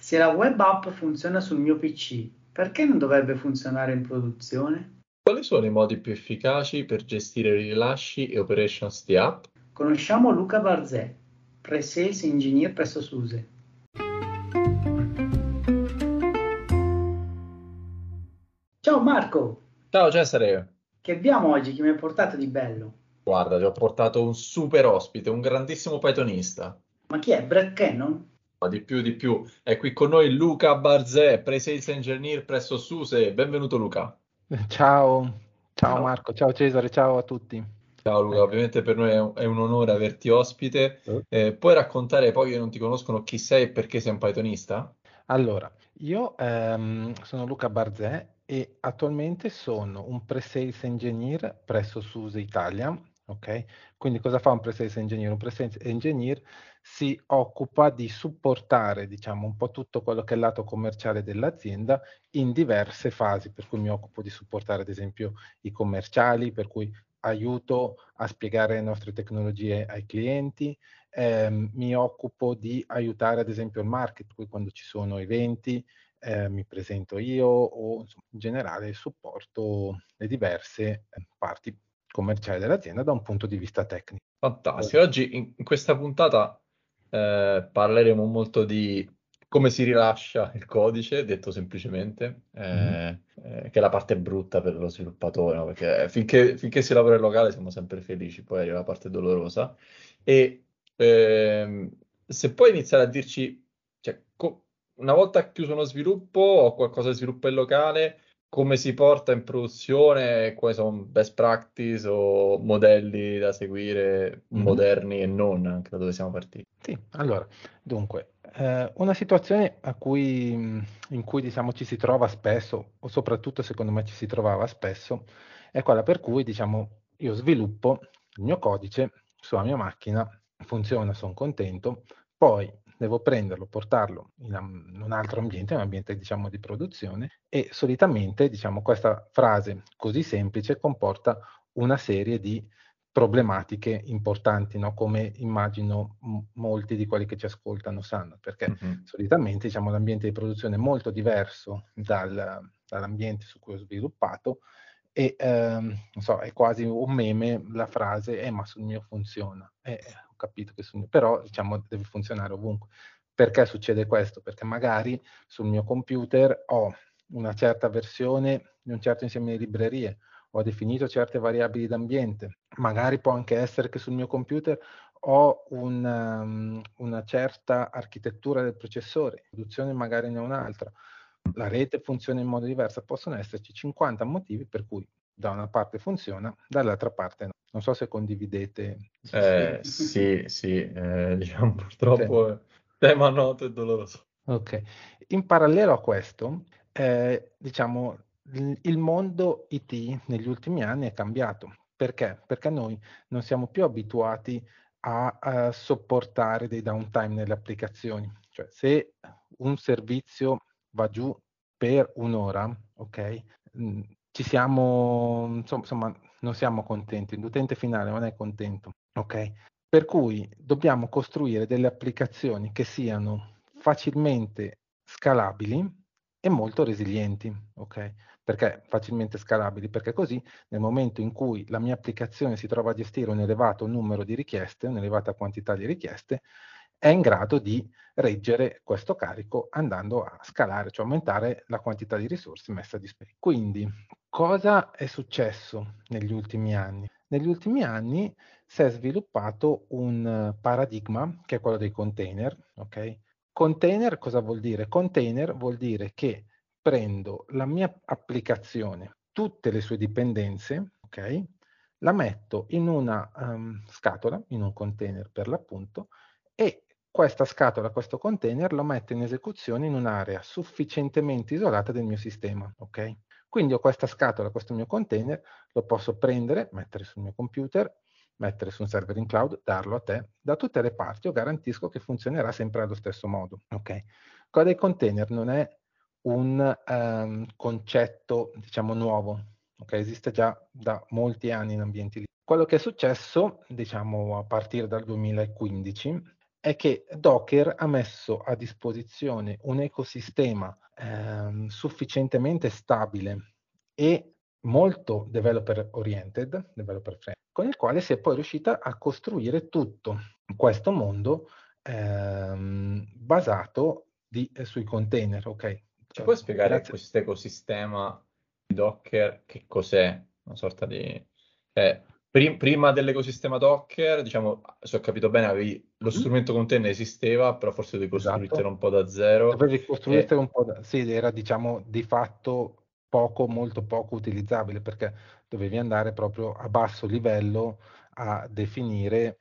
Se la web app funziona sul mio PC, perché non dovrebbe funzionare in produzione? Quali sono i modi più efficaci per gestire rilasci e operations di app? Conosciamo Luca Barzè, Pre-Sales Engineer presso SUSE. Ciao Marco, Ciao Cesare, che abbiamo oggi? Che mi hai portato di bello? guarda, ti ho portato un super ospite, un grandissimo Pythonista. Ma chi è? Brad Cannon? Ma di più, è qui con noi Luca Barzè, Pre-Sales Engineer presso SUSE. Benvenuto Luca. Ciao, ciao Ciao. Marco, ciao Cesare, ciao a tutti. Ciao Luca, ovviamente per noi è un onore averti ospite. Puoi raccontare ai pochi che non ti conoscono chi sei e perché sei un Pythonista? Allora, io sono Luca Barzè e attualmente sono un pre-sales engineer presso SUSE Italia, ok? Quindi cosa fa un pre-sales engineer? Un pre-sales engineer si occupa di supportare, diciamo, un po' tutto quello che è il lato commerciale dell'azienda in diverse fasi, per cui mi occupo di supportare ad esempio i commerciali, per cui aiuto a spiegare le nostre tecnologie ai clienti, mi occupo di aiutare ad esempio il market, qui quando ci sono eventi, mi presento io o insomma, in generale supporto le diverse parti commerciali dell'azienda da un punto di vista tecnico. Fantastico. Oggi in questa puntata parleremo molto di come si rilascia il codice, detto semplicemente, Mhm. che è la parte brutta per lo sviluppatore, no? Perché finché si lavora in locale siamo sempre felici, poi arriva la parte dolorosa. E se puoi iniziare a dirci, cioè, una volta chiuso uno sviluppo o qualcosa di sviluppo in locale, come si porta in produzione, quali sono best practice o modelli da seguire Mhm. moderni e non, anche da dove siamo partiti. Sì, allora, dunque, una situazione in cui diciamo ci si trova spesso, o soprattutto secondo me ci si trovava spesso, è quella per cui diciamo io sviluppo il mio codice sulla mia macchina, funziona, sono contento, poi devo prenderlo, portarlo in un altro ambiente, un ambiente diciamo di produzione e solitamente diciamo questa frase così semplice comporta una serie di problematiche importanti, no? Come immagino molti di quelli che ci ascoltano sanno, perché Mhm. solitamente diciamo, l'ambiente di produzione è molto diverso dall'ambiente su cui ho sviluppato e non so, è quasi un meme la frase ma sul mio funziona. Ho capito che sul mio, però diciamo deve funzionare ovunque. Perché succede questo? Perché magari sul mio computer ho una certa versione di un certo insieme di librerie, ho definito certe variabili d'ambiente, magari può anche essere che sul mio computer ho una certa architettura del processore, la produzione magari ne ho un'altra, la rete funziona in modo diverso, possono esserci 50 motivi per cui da una parte funziona, dall'altra parte no. Non so se condividete. Sì, sì, diciamo Sì. purtroppo tema noto e doloroso. Ok. In parallelo a questo, diciamo, il mondo IT negli ultimi anni è cambiato. Perché? Perché noi non siamo più abituati a sopportare dei downtime nelle applicazioni. Cioè, se un servizio va giù per un'ora, ok? Ci siamo, insomma, non siamo contenti, l'utente finale non è contento, ok? Per cui dobbiamo costruire delle applicazioni che siano facilmente scalabili e molto resilienti, ok? Perché facilmente scalabili? Perché così nel momento in cui la mia applicazione si trova a gestire un elevato numero di richieste, un'elevata quantità di richieste, è in grado di reggere questo carico andando a scalare, cioè aumentare la quantità di risorse messe a disposizione. Quindi, cosa è successo negli ultimi anni? Negli ultimi anni si è sviluppato un paradigma che è quello dei container, ok? Container cosa vuol dire? Container vuol dire che prendo la mia applicazione, tutte le sue dipendenze, ok? La metto in una scatola, in un container per l'appunto, e questa scatola, questo container, lo metto in esecuzione in un'area sufficientemente isolata del mio sistema, ok? Quindi ho questa scatola, questo mio container, lo posso prendere, mettere sul mio computer, mettere su un server in cloud, darlo a te, da tutte le parti, io garantisco che funzionerà sempre allo stesso modo, ok? Quello dei container non è un concetto, diciamo, nuovo, ok? Esiste già da molti anni in ambienti lì. Quello che è successo, diciamo, a partire dal 2015 è che Docker ha messo a disposizione un ecosistema sufficientemente stabile e molto developer oriented, developer friendly, con il quale si è poi riuscita a costruire tutto questo mondo basato sui container, ok? Ci puoi spiegare Grazie. questo ecosistema di Docker che cos'è? Una sorta di... prima dell'ecosistema Docker, diciamo, se ho capito bene, avevi lo strumento container esisteva, però forse devi costruirtelo Esatto. un po' da zero. Dovevi costruirtelo E, un po', sì, era diciamo di fatto molto poco utilizzabile perché dovevi andare proprio a basso livello a definire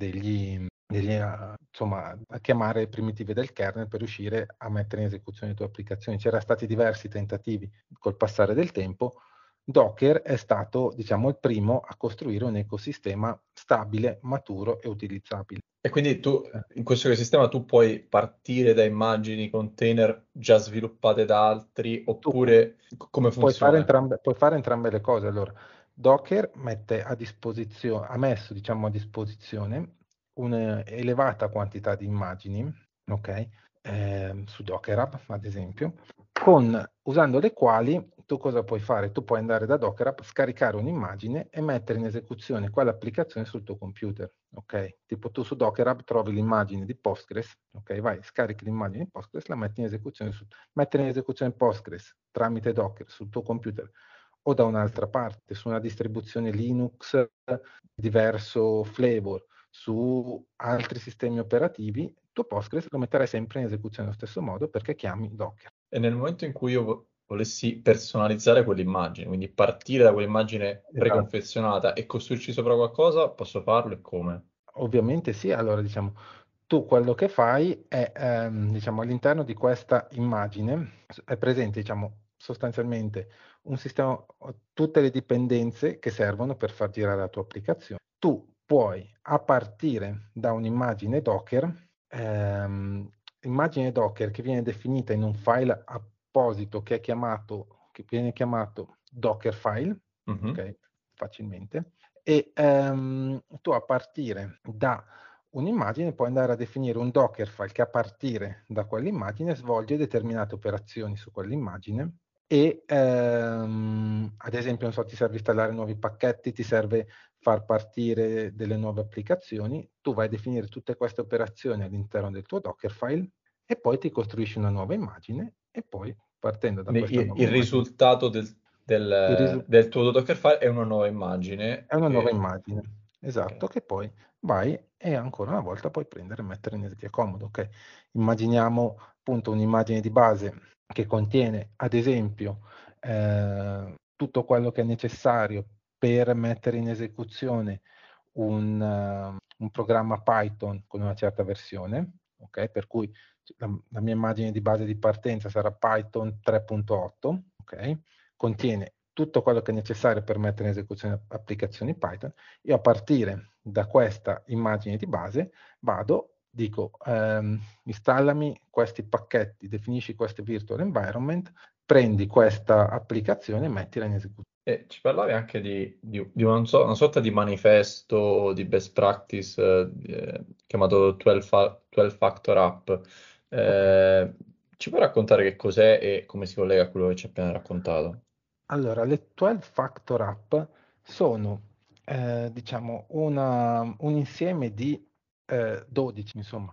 insomma, a chiamare primitive del kernel per riuscire a mettere in esecuzione le tue applicazioni. C'erano stati diversi tentativi col passare del tempo. Docker è stato, diciamo, il primo a costruire un ecosistema stabile, maturo e utilizzabile. e quindi tu, in questo ecosistema, tu puoi partire da immagini container già sviluppate da altri, Tu oppure come puoi fare funziona? entrambe le cose. Allora, Docker ha messo, diciamo, a disposizione un'elevata quantità di immagini, ok? Su Docker Hub, ad esempio, usando le quali tu cosa puoi fare? Tu puoi andare da Docker Hub, scaricare un'immagine e mettere in esecuzione quell'applicazione sul tuo computer, ok? Tipo tu su Docker Hub trovi l'immagine di Postgres, ok? Vai, scarichi l'immagine di Postgres, la metti in esecuzione mettere in esecuzione Postgres tramite Docker sul tuo computer o da un'altra parte, su una distribuzione Linux diverso flavor, su altri sistemi operativi, tuo Postgres lo metterai sempre in esecuzione allo stesso modo perché chiami Docker. E nel momento in cui io volessi personalizzare quell'immagine, quindi partire da quell'immagine Esatto. preconfezionata e costruirci sopra qualcosa, posso farlo e come? Ovviamente sì, allora diciamo, tu quello che fai è, diciamo, all'interno di questa immagine è presente, diciamo, sostanzialmente un sistema, tutte le dipendenze che servono per far girare la tua applicazione. Tu puoi, a partire da un'immagine Docker, immagine Docker che viene definita in un file apposito che viene chiamato Dockerfile, ok? Facilmente, e tu a partire da un'immagine puoi andare a definire un Dockerfile che a partire da quell'immagine svolge determinate operazioni su quell'immagine e ad esempio, non so, ti serve installare nuovi pacchetti, ti serve far partire delle nuove applicazioni, tu vai a definire tutte queste operazioni all'interno del tuo Dockerfile e poi ti costruisci una nuova immagine e poi partendo da Quindi questa nuova il immagine risultato il risultato del tuo Dockerfile è una nuova immagine è una nuova che... immagine, Ok. esatto, che poi vai e ancora una volta puoi prendere e mettere in esecuzione comodo, ok? Immaginiamo appunto un'immagine di base che contiene, ad esempio, tutto quello che è necessario per mettere in esecuzione un programma Python con una certa versione, ok? Per cui la mia immagine di base di partenza sarà Python 3.8, ok? Contiene tutto quello che è necessario per mettere in esecuzione applicazioni Python. Io a partire da questa immagine di base dico installami questi pacchetti, definisci questo virtual environment, prendi questa applicazione e mettila in esecuzione. E ci parlavi anche di una sorta di manifesto di best practice chiamato 12 Factor App. Ok. Ci puoi raccontare che cos'è e come si collega a quello che ci hai appena raccontato? Allora, le 12 Factor App sono, diciamo, un insieme di 12, insomma,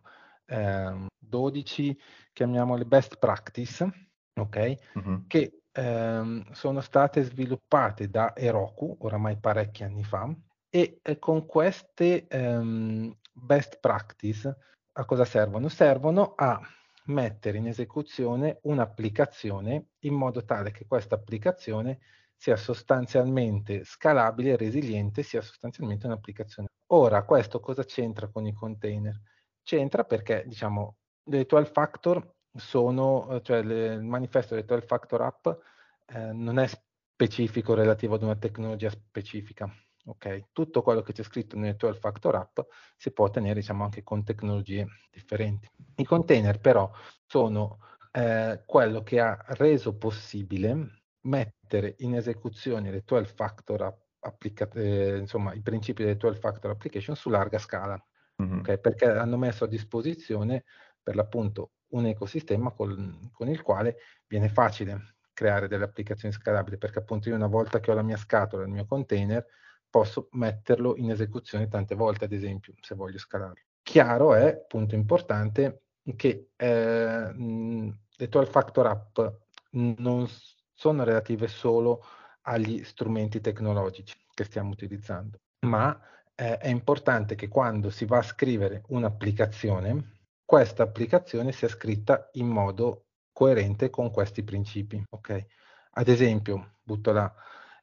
12, chiamiamole best practice, ok? Mhm. Che sono state sviluppate da Heroku, oramai parecchi anni fa, e con queste best practice a cosa servono? Servono a mettere in esecuzione un'applicazione in modo tale che questa applicazione sia sostanzialmente scalabile e resiliente, sia sostanzialmente un'applicazione. Ora, questo cosa c'entra con i container? C'entra perché, diciamo, le 12 factor cioè il manifesto delle 12 factor app non è specifico relativo ad una tecnologia specifica. Ok, tutto quello che c'è scritto nelle 12 factor app si può ottenere, diciamo, anche con tecnologie differenti. I container però sono quello che ha reso possibile mettere in esecuzione le 12 factor insomma, i principi delle 12 factor application su larga scala. okay? Perché hanno messo a disposizione per l'appunto un ecosistema con il quale viene facile creare delle applicazioni scalabili, perché appunto io una volta che ho la mia scatola, il mio container, posso metterlo in esecuzione tante volte, ad esempio, se voglio scalarlo. Chiaro è, punto importante, che le 12 factor app non sono relative solo agli strumenti tecnologici che stiamo utilizzando, ma è importante che quando si va a scrivere un'applicazione, questa applicazione sia scritta in modo coerente con questi principi, ok? Ad esempio, butto là,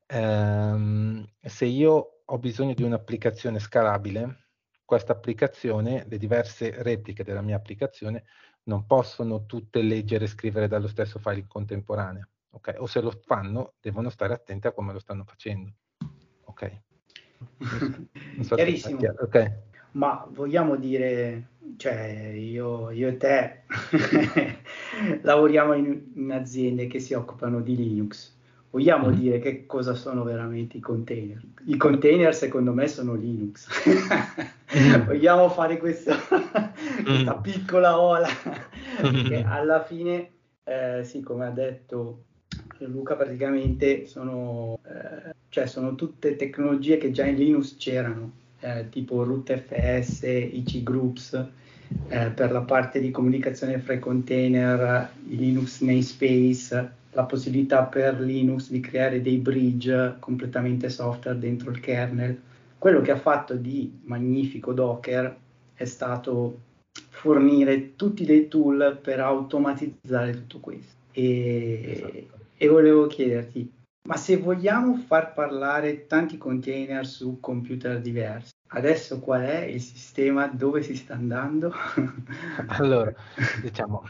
se io ho bisogno di un'applicazione scalabile, questa applicazione, le diverse repliche della mia applicazione non possono tutte leggere e scrivere dallo stesso file in contemporanea, ok? O se lo fanno, devono stare attenti a come lo stanno facendo, ok? Non so se è Chiarissimo. chiaro, ok? Ma vogliamo dire, cioè io e te lavoriamo in aziende che si occupano di Linux. Vogliamo dire che cosa sono veramente i container? I container secondo me sono Linux. Vogliamo fare questa piccola ola? Perché alla fine, sì, come ha detto Luca, praticamente sono tutte tecnologie che già in Linux c'erano, tipo rootfs, IC groups, per la parte di comunicazione fra i container, i Linux namespace, la possibilità per Linux di creare dei bridge completamente software dentro il kernel. Quello che ha fatto di magnifico Docker è stato fornire tutti dei tool per automatizzare tutto questo. E volevo chiederti, ma se vogliamo far parlare tanti container su computer diversi, adesso qual è il sistema, dove si sta andando? Allora, diciamo,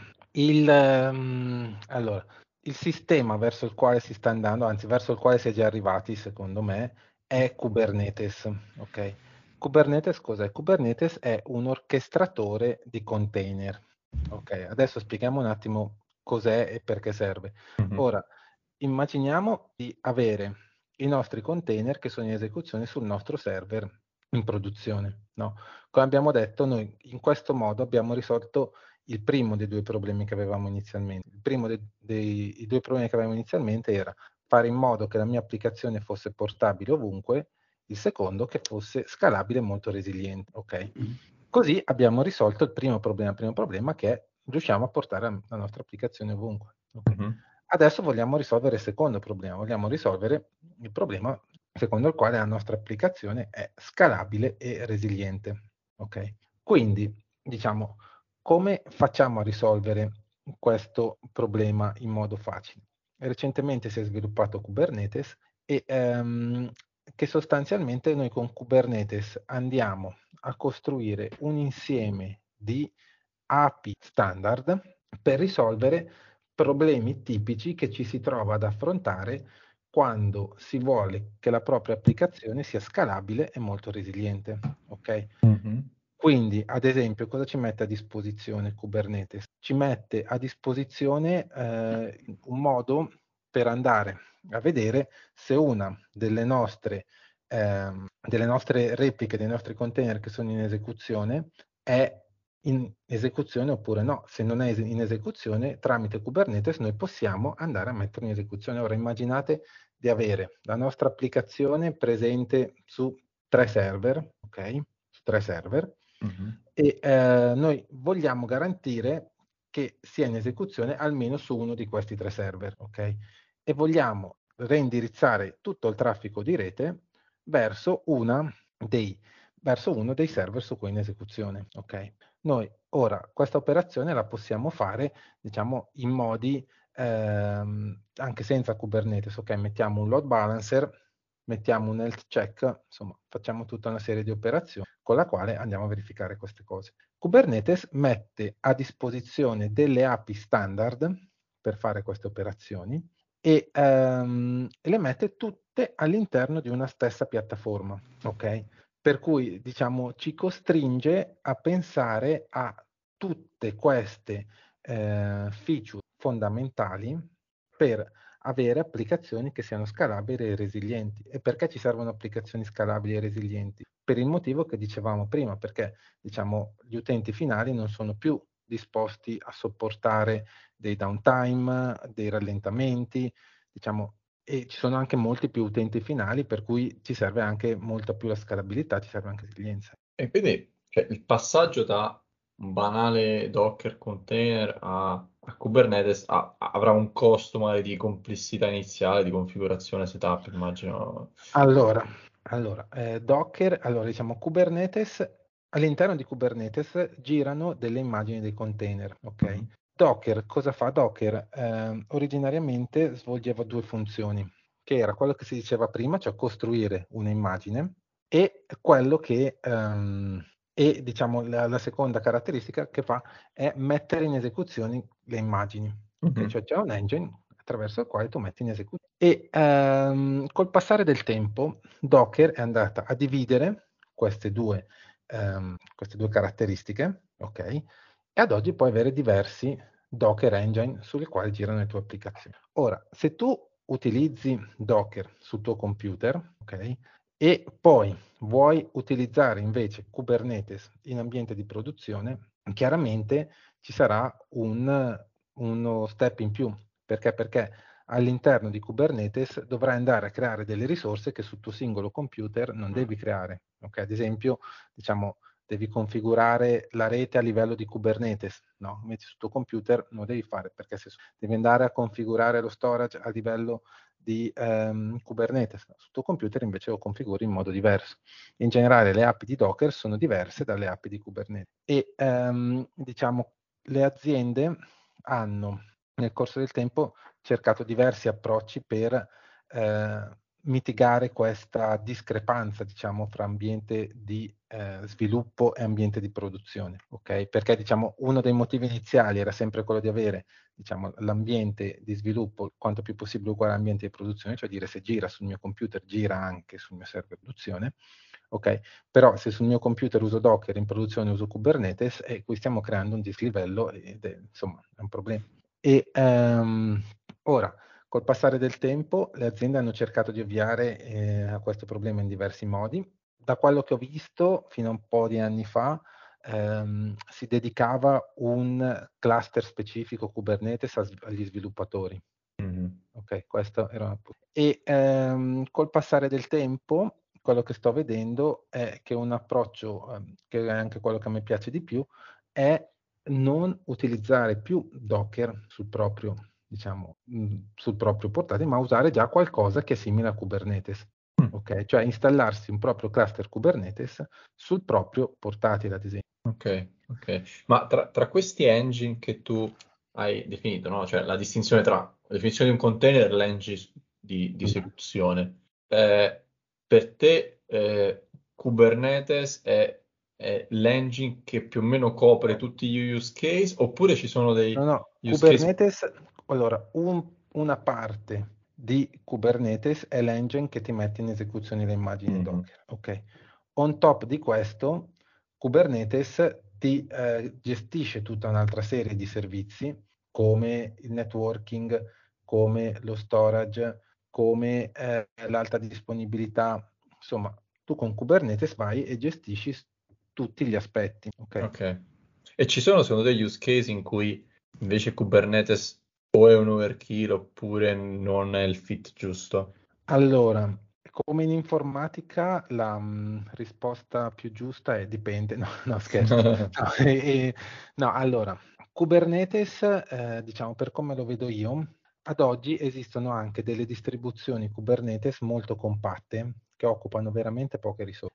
il sistema verso il quale si sta andando, anzi verso il quale si è già arrivati, secondo me, è Kubernetes, ok? Kubernetes cos'è? Kubernetes è un orchestratore di container, ok? Adesso spieghiamo un attimo cos'è e perché serve. Ora, immaginiamo di avere i nostri container che sono in esecuzione sul nostro server in produzione, no? Come abbiamo detto, noi in questo modo abbiamo risolto il primo dei due problemi che avevamo inizialmente. Il primo dei due problemi che avevamo inizialmente era fare in modo che la mia applicazione fosse portabile ovunque, il secondo che fosse scalabile e molto resiliente, ok? Così abbiamo risolto il primo problema che è riusciamo a portare la nostra applicazione ovunque. Okay? Adesso vogliamo risolvere il secondo problema, vogliamo risolvere il problema secondo il quale la nostra applicazione è scalabile e resiliente. Okay? Quindi, diciamo, come facciamo a risolvere questo problema in modo facile? Recentemente si è sviluppato Kubernetes e che sostanzialmente noi con Kubernetes andiamo a costruire un insieme di API standard per risolvere problemi tipici che ci si trova ad affrontare quando si vuole che la propria applicazione sia scalabile e molto resiliente. Ok? Quindi, ad esempio, cosa ci mette a disposizione Kubernetes? Ci mette a disposizione un modo per andare a vedere se una delle nostre repliche, dei nostri container che sono in esecuzione, è in esecuzione oppure no. Se non è in esecuzione, tramite Kubernetes noi possiamo andare a metterlo in esecuzione. Ora immaginate di avere la nostra applicazione presente su 3 server, ok? Su 3 server, e noi vogliamo garantire che sia in esecuzione almeno su uno di questi 3 server, ok? E vogliamo reindirizzare tutto il traffico di rete verso uno dei server su cui è in esecuzione, ok? Noi ora questa operazione la possiamo fare, diciamo, in modi anche senza Kubernetes, ok? Mettiamo un load balancer, mettiamo un health check, insomma, facciamo tutta una serie di operazioni con la quale andiamo a verificare queste cose. Kubernetes mette a disposizione delle API standard per fare queste operazioni e le mette tutte all'interno di una stessa piattaforma, ok? Per cui, diciamo, ci costringe a pensare a tutte queste feature fondamentali per avere applicazioni che siano scalabili e resilienti. E perché ci servono applicazioni scalabili e resilienti? Per il motivo che dicevamo prima, perché diciamo gli utenti finali non sono più disposti a sopportare dei downtime, dei rallentamenti, diciamo, e ci sono anche molti più utenti finali, per cui ci serve anche molta più la scalabilità, ci serve anche resilienza. E quindi cioè, il passaggio da un banale Docker container a Kubernetes avrà un costo magari di complessità iniziale, di configurazione, setup, immagino. Allora, Docker, diciamo Kubernetes, all'interno di Kubernetes girano delle immagini dei container, ok? Mhm. Docker, cosa fa? Docker originariamente svolgeva due funzioni, che era quello che si diceva prima, cioè costruire un'immagine, e quello che, e diciamo la seconda caratteristica che fa è mettere in esecuzione le immagini. Okay? Mhm. Cioè c'è un engine attraverso il quale tu metti in esecuzione. E col passare del tempo Docker è andata a dividere queste due caratteristiche, ok? E ad oggi puoi avere diversi Docker engine sulle quali girano le tue applicazioni. Ora, se tu utilizzi Docker sul tuo computer, ok? E poi vuoi utilizzare invece Kubernetes in ambiente di produzione, chiaramente ci sarà uno step in più. Perché? Perché all'interno di Kubernetes dovrai andare a creare delle risorse che sul tuo singolo computer non devi creare. Okay? Ad esempio, diciamo, devi configurare la rete a livello di Kubernetes, no? Metti sul tuo computer, non lo devi fare, perché se devi andare a configurare lo storage a livello di Kubernetes, sul tuo computer invece lo configuri in modo diverso. In generale le API di Docker sono diverse dalle API di Kubernetes e diciamo le aziende hanno nel corso del tempo cercato diversi approcci per mitigare questa discrepanza, diciamo, fra ambiente di sviluppo e ambiente di produzione, ok? Perché, diciamo, uno dei motivi iniziali era sempre quello di avere, diciamo, l'ambiente di sviluppo quanto più possibile uguale all'ambiente di produzione, cioè dire se gira sul mio computer, gira anche sul mio server di produzione, ok? Però se sul mio computer uso Docker, in produzione uso Kubernetes, e qui stiamo creando un dislivello ed è, insomma, è un problema. E ora, col passare del tempo, le aziende hanno cercato di ovviare a questo problema in diversi modi. Da quello che ho visto, fino a un po' di anni fa, si dedicava un cluster specifico Kubernetes agli sviluppatori. Mhm. Ok, questo era. E col passare del tempo, quello che sto vedendo è che un approccio, che è anche quello che a me piace di più, è non utilizzare più Docker sul proprio, diciamo, sul proprio portatile, ma usare già qualcosa che è simile a Kubernetes. Ok, cioè installarsi un proprio cluster Kubernetes sul proprio portatile, ad esempio. Ok, ok. Ma tra questi engine che tu hai definito, no? Cioè la distinzione tra la definizione di un container e l'engine di esecuzione, per te Kubernetes è l'engine che più o meno copre tutti gli use case, oppure ci sono dei No, use case? Kubernetes, allora, una parte di Kubernetes è l'engine che ti mette in esecuzione le immagini Mhm. Docker, ok? On top di questo, Kubernetes ti gestisce tutta un'altra serie di servizi come il networking, come lo storage, come l'alta disponibilità. Insomma, tu con Kubernetes vai e gestisci tutti gli aspetti, ok? Ok. E ci sono secondo te use case in cui invece Kubernetes o è un overkill oppure non è il fit giusto? Allora, come in informatica, la risposta più giusta è dipende. No, no, scherzo. No, no, allora, Kubernetes, diciamo per come lo vedo io, ad oggi esistono anche delle distribuzioni Kubernetes molto compatte che occupano veramente poche risorse.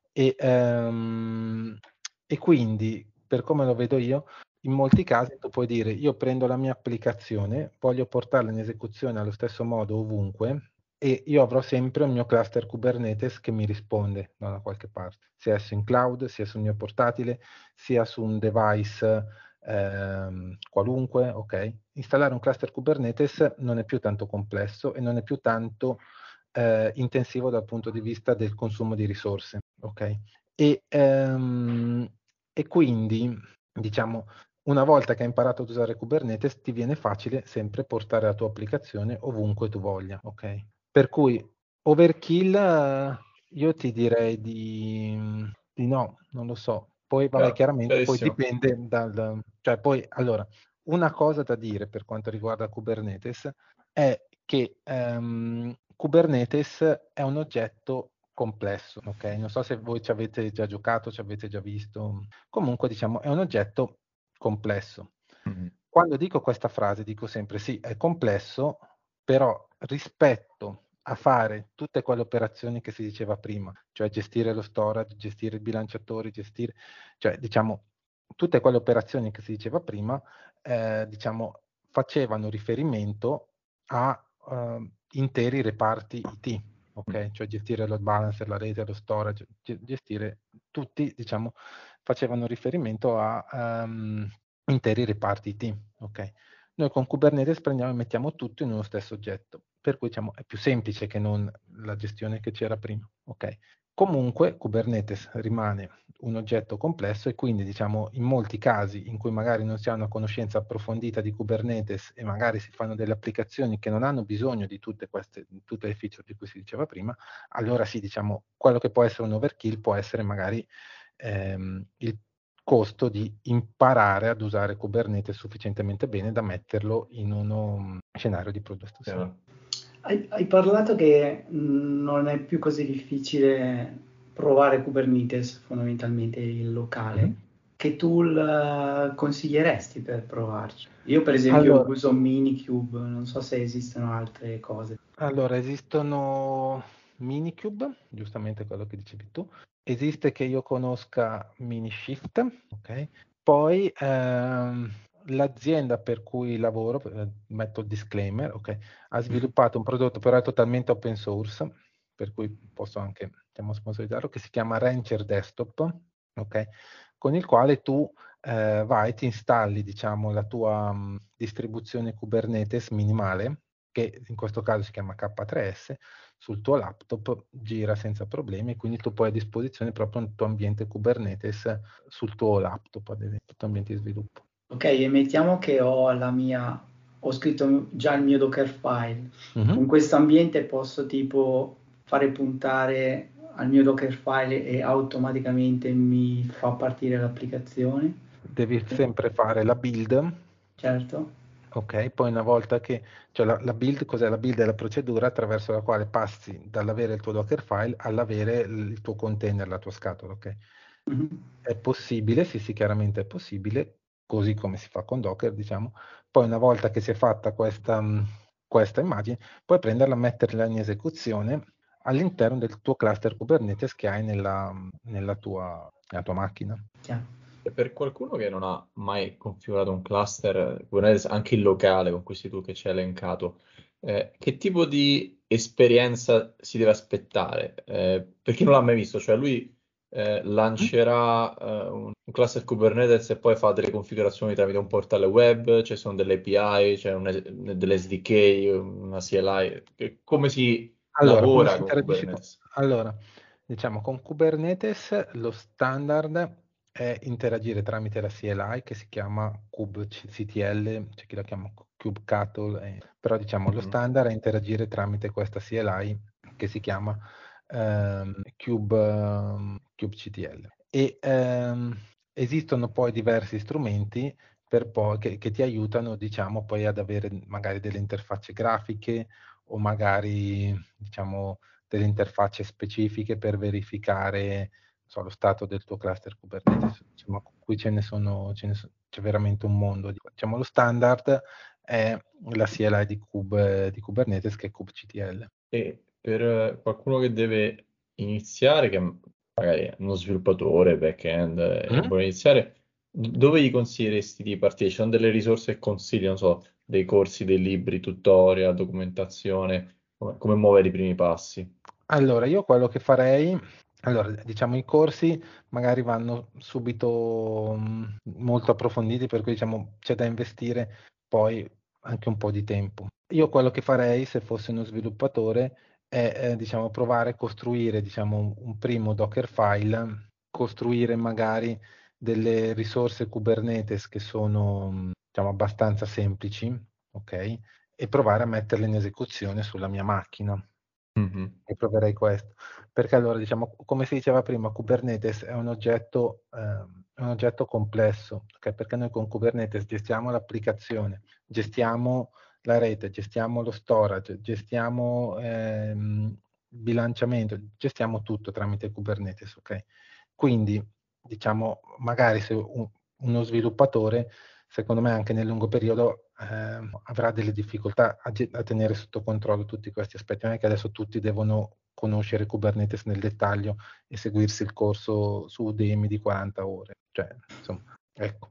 E quindi, per come lo vedo io, in molti casi tu puoi dire: io prendo la mia applicazione, voglio portarla in esecuzione allo stesso modo ovunque, e io avrò sempre un mio cluster Kubernetes che mi risponde da una qualche parte, sia esso in cloud, sia sul mio portatile, sia su un device qualunque, ok? Installare un cluster Kubernetes non è più tanto complesso e non è più tanto intensivo dal punto di vista del consumo di risorse, ok? E quindi, diciamo, una volta che hai imparato ad usare Kubernetes, ti viene facile sempre portare la tua applicazione ovunque tu voglia, ok? Per cui overkill, io ti direi di no, non lo so. Poi, vabbè, chiaramente, poi Chiarissimo. dipende cioè poi, allora, una cosa da dire per quanto riguarda Kubernetes è che Kubernetes è un oggetto complesso, ok? Non so se voi ci avete già giocato, ci avete già visto. Comunque, diciamo, è un oggetto complesso. Mhm. Quando dico questa frase, dico sempre sì, è complesso, però rispetto a fare tutte quelle operazioni che si diceva prima, cioè gestire lo storage, gestire i bilanciatori, cioè diciamo tutte quelle operazioni che si diceva prima, diciamo facevano riferimento a interi reparti IT, ok? Cioè gestire il load balancer, la rete, lo storage, gestire tutti, diciamo, facevano riferimento a interi reparti IT, ok? Noi con Kubernetes prendiamo e mettiamo tutto in uno stesso oggetto, per cui diciamo, è più semplice che non la gestione che c'era prima, ok? Comunque Kubernetes rimane un oggetto complesso e quindi diciamo in molti casi in cui magari non si ha una conoscenza approfondita di Kubernetes e magari si fanno delle applicazioni che non hanno bisogno di tutte le feature di cui si diceva prima, allora sì, diciamo, quello che può essere un overkill può essere magari il costo di imparare ad usare Kubernetes sufficientemente bene da metterlo in uno scenario di produzione. Hai parlato che non è più così difficile provare Kubernetes, fondamentalmente il locale. Mm-hmm. Che tool consiglieresti per provarci? Io per esempio Allora, uso Minikube, non so se esistono altre cose. Allora, esistono Minikube, giustamente quello che dicevi tu. Esiste che io conosca Minishift, ok? Poi l'azienda per cui lavoro, metto il disclaimer, ok? Ha sviluppato un prodotto però è totalmente open source, per cui posso anche sponsorizzarlo, che si chiama Rancher Desktop, ok? Con il quale tu vai, ti installi, diciamo, la tua distribuzione Kubernetes minimale, che in questo caso si chiama K3S, sul tuo laptop gira senza problemi, quindi tu puoi a disposizione proprio il tuo ambiente Kubernetes sul tuo laptop, ad esempio, il tuo ambiente di sviluppo. Ok, e mettiamo che ho scritto già il mio Dockerfile. Con questo ambiente posso tipo fare puntare al mio Dockerfile e automaticamente mi fa partire l'applicazione. Devi sempre fare la build. Certo. Ok, poi una volta che, cioè la build, cos'è? La build è la procedura attraverso la quale passi dall'avere il tuo Dockerfile all'avere il tuo container, la tua scatola, ok? Mhm. È possibile, sì, sì, chiaramente è possibile, così come si fa con Docker, diciamo. Poi una volta che si è fatta questa immagine, puoi prenderla e metterla in esecuzione all'interno del tuo cluster Kubernetes che hai nella tua macchina. Chiaro. E per qualcuno che non ha mai configurato un cluster Kubernetes, anche il locale con questi tool che ci hai elencato, che tipo di esperienza si deve aspettare? Per chi non l'ha mai visto, cioè lui lancerà un cluster Kubernetes e poi fa delle configurazioni tramite un portale web, ci sono delle API, c'è delle SDK, una CLI, come si Allora, come lavora si con interagisce con... Kubernetes? Allora, diciamo, con Kubernetes lo standard è interagire tramite la CLI che si chiama kubectl, c'è chi la chiama kubectl, però diciamo lo Mhm. standard è interagire tramite questa CLI che si chiama kubectl. E esistono poi diversi strumenti che ti aiutano, diciamo, poi ad avere magari delle interfacce grafiche o magari diciamo delle interfacce specifiche per verificare non so, lo stato del tuo cluster Kubernetes. Diciamo, qui c'è veramente un mondo. Diciamo, lo standard è la CLI di Kubernetes che è kubectl. E per qualcuno che deve iniziare, che magari è uno sviluppatore, back-end, e Mm? vuole iniziare, dove gli consiglieresti di partire? Ci sono delle risorse che consigli, non so, dei corsi, dei libri, tutorial, documentazione, come muovere i primi passi? Allora, io quello che farei, allora, diciamo, i corsi magari vanno subito molto approfonditi, per cui diciamo c'è da investire poi anche un po' di tempo. Io quello che farei se fossi uno sviluppatore è diciamo, provare a costruire diciamo, un primo Dockerfile, costruire magari delle risorse Kubernetes che sono, diciamo, abbastanza semplici, ok? E provare a metterle in esecuzione sulla mia macchina. Mhm. E proverei questo. Perché allora, diciamo, come si diceva prima, Kubernetes è un oggetto complesso, ok? Perché noi con Kubernetes gestiamo l'applicazione, gestiamo la rete, gestiamo lo storage, gestiamo il bilanciamento, gestiamo tutto tramite Kubernetes, ok? Quindi, diciamo, magari se uno sviluppatore, secondo me anche nel lungo periodo avrà delle difficoltà a tenere sotto controllo tutti questi aspetti. Non è che adesso tutti devono conoscere Kubernetes nel dettaglio e seguirsi il corso su Udemy di 40 ore. Cioè, insomma, ecco.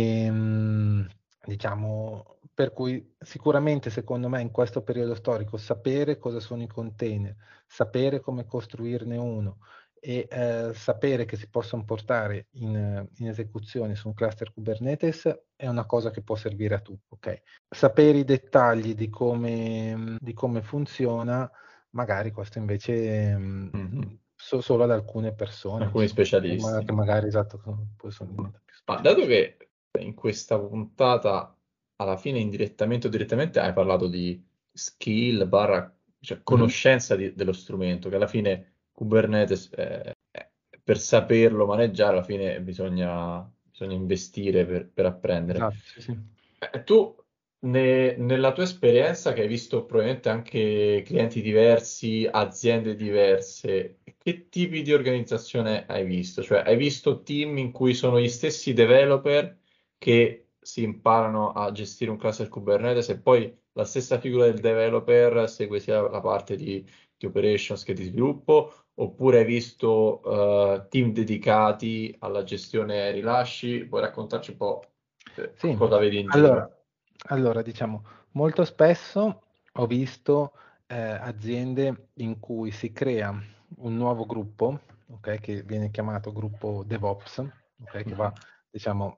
Diciamo, per cui sicuramente secondo me in questo periodo storico sapere cosa sono i container, sapere come costruirne uno e sapere che si possono portare in esecuzione su un cluster Kubernetes è una cosa che può servire a tutti. Okay? Sapere i dettagli di come funziona, magari questo invece solo ad alcune persone, Alcuni specialisti. che magari esatto, poi sono più Ma dato specialisti. che in questa puntata alla fine indirettamente o direttamente hai parlato di skill barra, cioè conoscenza dello strumento, che alla fine Kubernetes per saperlo maneggiare alla fine bisogna investire per apprendere. Esatto, sì, sì. Tu nella tua esperienza che hai visto probabilmente anche clienti diversi, aziende diverse, che tipi di organizzazione hai visto? Cioè hai visto team in cui sono gli stessi developer che si imparano a gestire un cluster Kubernetes e poi la stessa figura del developer segue sia la parte di operations che di sviluppo, oppure hai visto team dedicati alla gestione rilasci? Puoi raccontarci un po' Sì, cosa vedi in allora, giro? diciamo, molto spesso ho visto aziende in cui si crea un nuovo gruppo, okay, che viene chiamato gruppo DevOps, okay, che va, diciamo,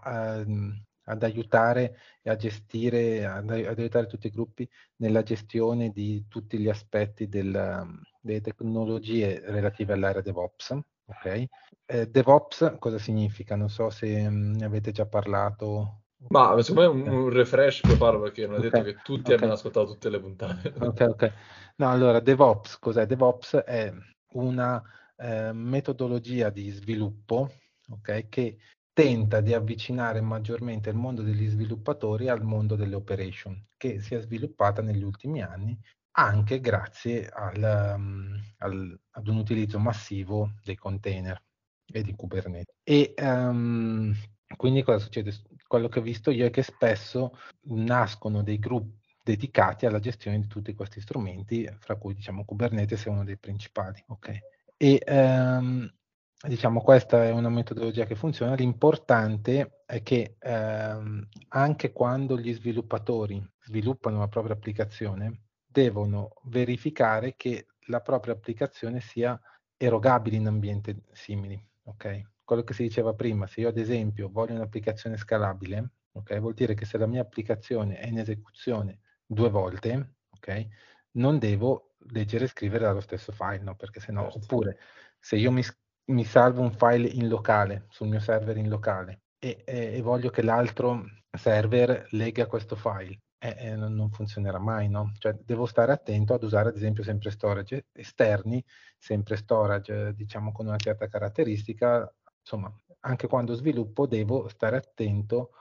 ad aiutare e a gestire, ad aiutare tutti i gruppi nella gestione di tutti gli aspetti delle tecnologie relative all'area DevOps. Okay? DevOps cosa significa? Non so se ne avete già parlato. Ma secondo me un refresh puoi farlo perché non è Ok, detto che tutti ok, abbiano ascoltato tutte le puntate. ok, ok. No, allora, DevOps, cos'è? DevOps è una metodologia di sviluppo, ok, che tenta di avvicinare maggiormente il mondo degli sviluppatori al mondo delle operation, che si è sviluppata negli ultimi anni anche grazie ad un utilizzo massivo dei container e di Kubernetes. E quindi cosa succede? Quello che ho visto io è che spesso nascono dei gruppi dedicati alla gestione di tutti questi strumenti, fra cui diciamo Kubernetes è uno dei principali. Okay? E diciamo questa è una metodologia che funziona. L'importante è che anche quando gli sviluppatori sviluppano la propria applicazione, devono verificare che la propria applicazione sia erogabile in ambienti simili. Okay? Quello che si diceva prima, se io ad esempio voglio un'applicazione scalabile, okay, vuol dire che se la mia applicazione è in esecuzione 2 volte, okay, non devo leggere e scrivere dallo stesso file, no? Perché se no, Certo. oppure se io mi salvo un file in locale, sul mio server in locale, e voglio che l'altro server legga questo file, non funzionerà mai, no? Cioè devo stare attento ad usare ad esempio sempre storage esterni, sempre storage diciamo con una certa caratteristica, insomma anche quando sviluppo devo stare attento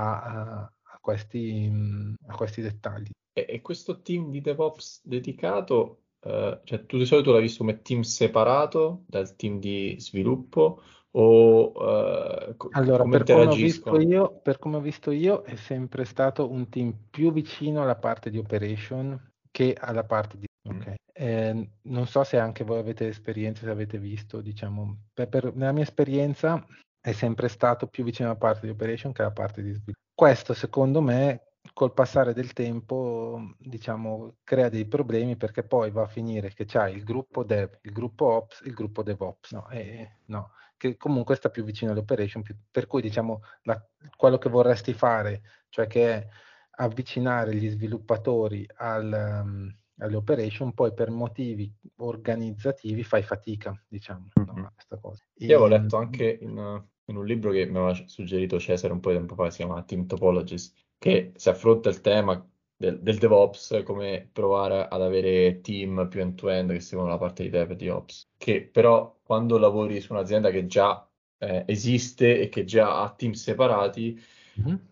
a questi dettagli. E questo team di DevOps dedicato, cioè tu di solito l'hai visto come team separato dal team di sviluppo o Allora, come interagiscono? per come ho visto io, è sempre stato un team più vicino alla parte di operation che alla parte di... Mm. Ok. Non so se anche voi avete esperienze, se avete visto, diciamo, nella mia esperienza è sempre stato più vicino alla parte di operation che alla parte di sviluppo. Questo, secondo me, col passare del tempo, diciamo, crea dei problemi perché poi va a finire che c'hai il gruppo dev, il gruppo ops, il gruppo DevOps, no? No, che comunque sta più vicino all'operation, per cui diciamo quello che vorresti fare, cioè che è avvicinare gli sviluppatori alle operation, poi per motivi organizzativi fai fatica, diciamo, no, Mhm. a questa cosa. Io avevo letto anche in in un libro che mi aveva suggerito Cesare un po' di tempo fa, si chiama Team Topologies, che si affronta il tema del DevOps, come provare ad avere team più end-to-end che seguono la parte di Dev e di Ops, che però quando lavori su un'azienda che già esiste e che già ha team separati, Mhm.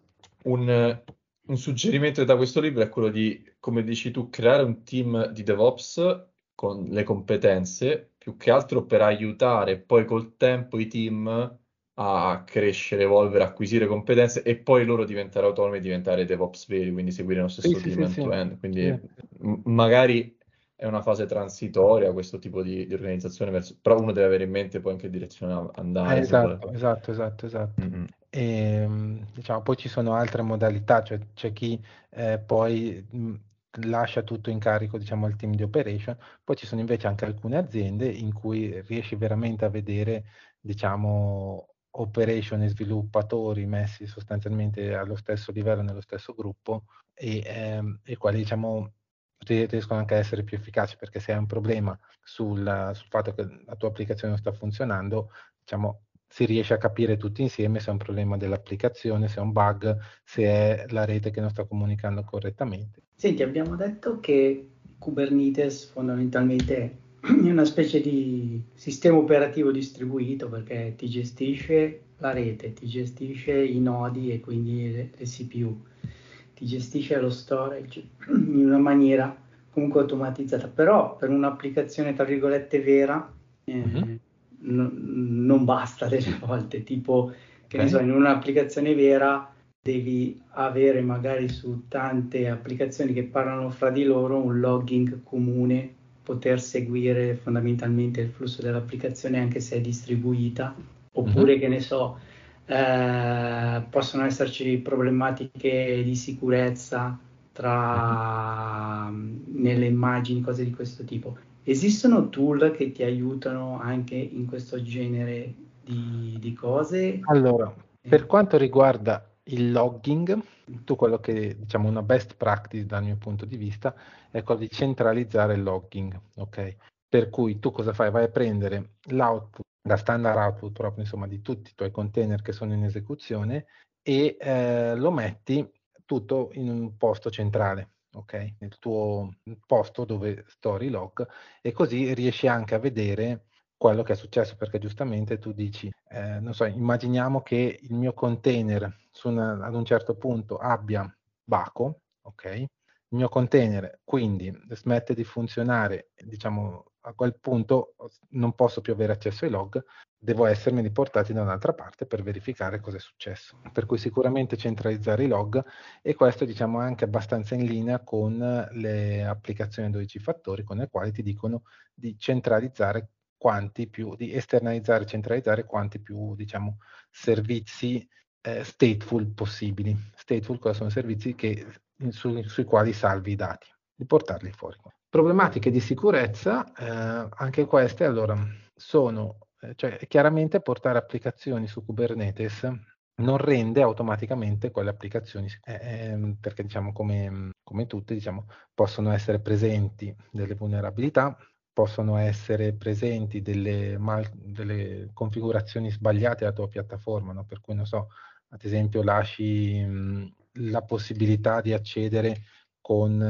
un suggerimento da questo libro è quello di, come dici tu, creare un team di DevOps con le competenze, più che altro per aiutare poi col tempo i team a crescere, evolvere, acquisire competenze e poi loro diventare autonomi e diventare DevOps veri, quindi seguire lo Sì, stesso sì, team sì, sì. end-to-end. Quindi Sì. magari è una fase transitoria questo tipo di organizzazione, però uno deve avere in mente poi in che direzione andare se vuole Esatto, fare. esatto, esatto, esatto. Mm-mm. Diciamo, poi ci sono altre modalità, cioè c'è chi poi lascia tutto in carico, diciamo, al team di operation, poi ci sono invece anche alcune aziende in cui riesci veramente a vedere, diciamo, operation e sviluppatori messi sostanzialmente allo stesso livello, nello stesso gruppo e quali, diciamo, riescono anche a essere più efficaci, perché se hai un problema sul fatto che la tua applicazione non sta funzionando, diciamo, si riesce a capire tutti insieme se è un problema dell'applicazione, se è un bug, se è la rete che non sta comunicando correttamente. Senti, abbiamo detto che Kubernetes fondamentalmente è una specie di sistema operativo distribuito perché ti gestisce la rete, ti gestisce i nodi e quindi le CPU, ti gestisce lo storage in una maniera comunque automatizzata, però per un'applicazione tra virgolette vera Mhm. non basta delle volte, tipo che ne so, Ok? in un'applicazione vera devi avere magari su tante applicazioni che parlano fra di loro un logging comune, poter seguire fondamentalmente il flusso dell'applicazione anche se è distribuita, Mhm. oppure che ne so, possono esserci problematiche di sicurezza Mhm. nelle immagini, cose di questo tipo. Esistono tool che ti aiutano anche in questo genere di cose? Allora, Eh, per quanto riguarda il logging, tu quello che, diciamo, una best practice dal mio punto di vista è quello di centralizzare il logging, ok? Per cui tu cosa fai? Vai a prendere l'output, la standard output proprio, insomma, di tutti i tuoi container che sono in esecuzione e lo metti tutto in un posto centrale, ok? Nel tuo posto dove stori i log e così riesci anche a vedere quello che è successo, perché giustamente tu dici, non so, immaginiamo che il mio container ad un certo punto abbia baco, ok? Il mio container quindi smette di funzionare, diciamo a quel punto non posso più avere accesso ai log, devo essermi riportati da un'altra parte per verificare cosa è successo. Per cui sicuramente centralizzare i log e questo diciamo è anche abbastanza in linea con le applicazioni a 12 fattori con le quali ti dicono di centralizzare di esternalizzare e centralizzare quanti più, diciamo, servizi stateful possibili. Stateful cosa sono servizi sui quali salvi i dati, di portarli fuori. Problematiche di sicurezza, anche queste, allora, cioè chiaramente portare applicazioni su Kubernetes non rende automaticamente quelle applicazioni, perché diciamo come tutte, diciamo, possono essere presenti delle vulnerabilità, possono essere presenti delle configurazioni sbagliate alla tua piattaforma, no? Per cui non so, ad esempio lasci la possibilità di accedere con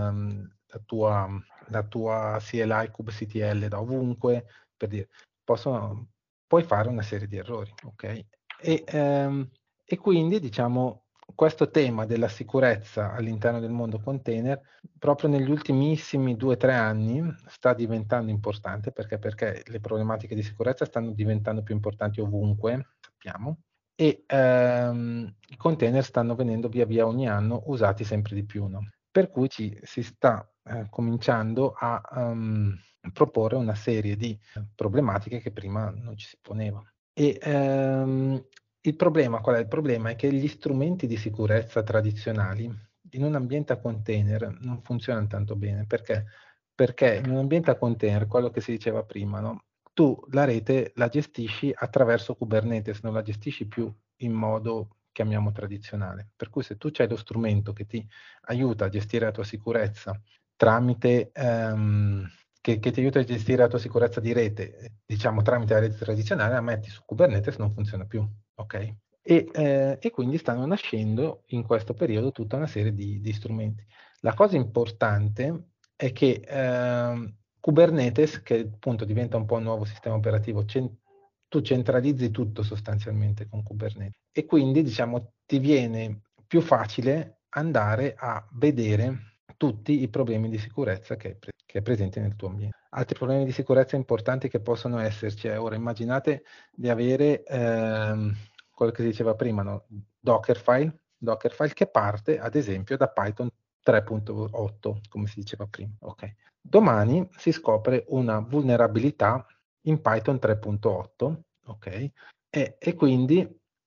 la tua CLI kubectl da ovunque, per dire, puoi fare una serie di errori, ok? E quindi, diciamo, questo tema della sicurezza all'interno del mondo container proprio negli ultimissimi 2-3 anni sta diventando importante perché le problematiche di sicurezza stanno diventando più importanti ovunque, sappiamo, e i container stanno venendo via via ogni anno usati sempre di più, no? Per cui si sta cominciando a proporre una serie di problematiche che prima non ci si poneva. E il problema qual è? Il problema è che gli strumenti di sicurezza tradizionali in un ambiente a container non funzionano tanto bene. Perché? Perché in un ambiente a container, quello che si diceva prima, no? Tu la rete la gestisci attraverso Kubernetes, non la gestisci più in modo, chiamiamo, tradizionale. Per cui se tu c'hai lo strumento che ti aiuta a gestire la tua sicurezza tramite, che ti aiuta a gestire la tua sicurezza di rete, diciamo tramite la rete tradizionale, la metti su Kubernetes, non funziona più, ok? E quindi stanno nascendo in questo periodo tutta una serie di strumenti. La cosa importante è che Kubernetes, che appunto diventa un po' un nuovo sistema operativo, tu centralizzi tutto sostanzialmente con Kubernetes e quindi diciamo ti viene più facile andare a vedere tutti i problemi di sicurezza che è presente nel tuo ambiente. Altri problemi di sicurezza importanti che possono esserci ora immaginate di avere quello che si diceva prima, no? Dockerfile che parte ad esempio da Python 3.8, come si diceva prima. Okay. Domani si scopre una vulnerabilità in Python 3.8, ok? E quindi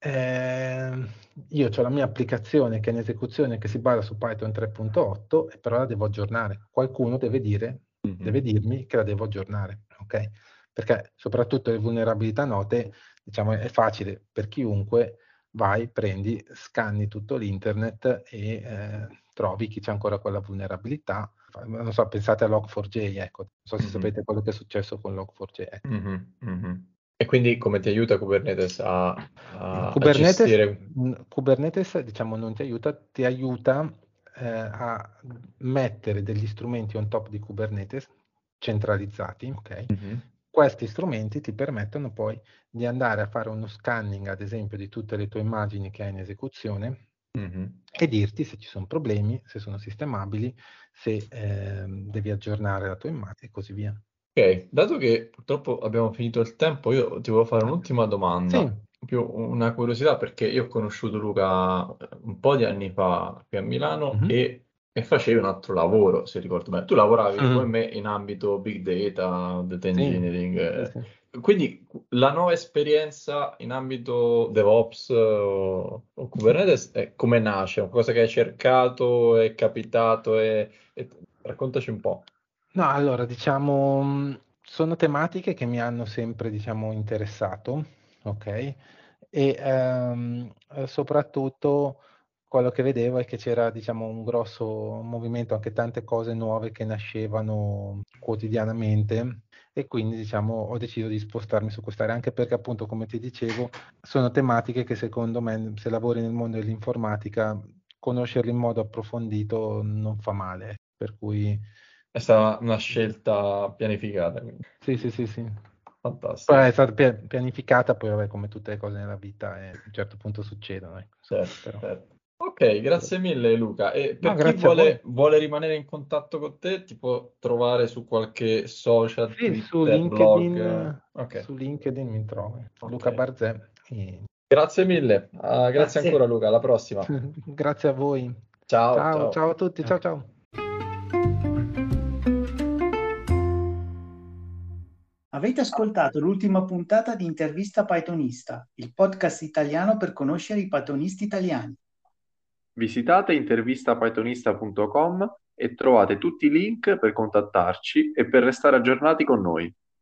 io ho la mia applicazione che è in esecuzione che si basa su Python 3.8 e però la devo aggiornare. Qualcuno deve dirmi che la devo aggiornare, ok? Perché soprattutto le vulnerabilità note, diciamo, è facile per chiunque, vai, prendi, scanni tutto l'internet e trovi chi c'è ancora quella vulnerabilità. Non so, pensate a Log4j, ecco, non so se sapete quello che è successo con Log4j. Ecco. E quindi come ti aiuta Kubernetes a Kubernetes, gestire? Kubernetes, diciamo, non ti aiuta a mettere degli strumenti on top di Kubernetes centralizzati, ok? Questi strumenti ti permettono poi di andare a fare uno scanning, ad esempio, di tutte le tue immagini che hai in esecuzione e dirti se ci sono problemi, se sono sistemabili, se devi aggiornare la tua immagine e così via. Ok, dato che purtroppo abbiamo finito il tempo, io ti volevo fare un'ultima domanda, Sì. più una curiosità perché io ho conosciuto Luca un po' di anni fa qui a Milano e facevi un altro lavoro, se ricordo bene. Tu lavoravi come me in ambito big data, data engineering, Sì. quindi la nuova esperienza in ambito DevOps o Kubernetes come nasce? È una cosa che hai cercato, è capitato raccontaci un po'. No, allora, diciamo, sono tematiche che mi hanno sempre, diciamo, interessato, ok? E soprattutto quello che vedevo è che c'era, diciamo, un grosso movimento, anche tante cose nuove che nascevano quotidianamente e quindi, diciamo, ho deciso di spostarmi su quest'area, anche perché, appunto, come ti dicevo, sono tematiche che secondo me, se lavori nel mondo dell'informatica, conoscerle in modo approfondito non fa male, per cui... È stata una scelta pianificata, quindi. Sì. Fantastico. Poi è stata pianificata, poi vabbè, come tutte le cose nella vita, a un certo punto succedono. Ecco, Certo, però. certo. Ok, grazie mille Luca. E No, per chi grazie a voi. vuole rimanere in contatto con te, ti può trovare su qualche social, Sì, Twitter, blog. Ok, su LinkedIn mi trovo, Luca ok. Barzè. Grazie mille. Grazie ancora Grazie. Luca, alla prossima. Grazie a voi. Ciao, Ciao, ciao. ciao a tutti, ciao. Avete ascoltato l'ultima puntata di Intervista Pythonista, il podcast italiano per conoscere i pythonisti italiani. Visitate intervistapythonista.com e trovate tutti i link per contattarci e per restare aggiornati con noi.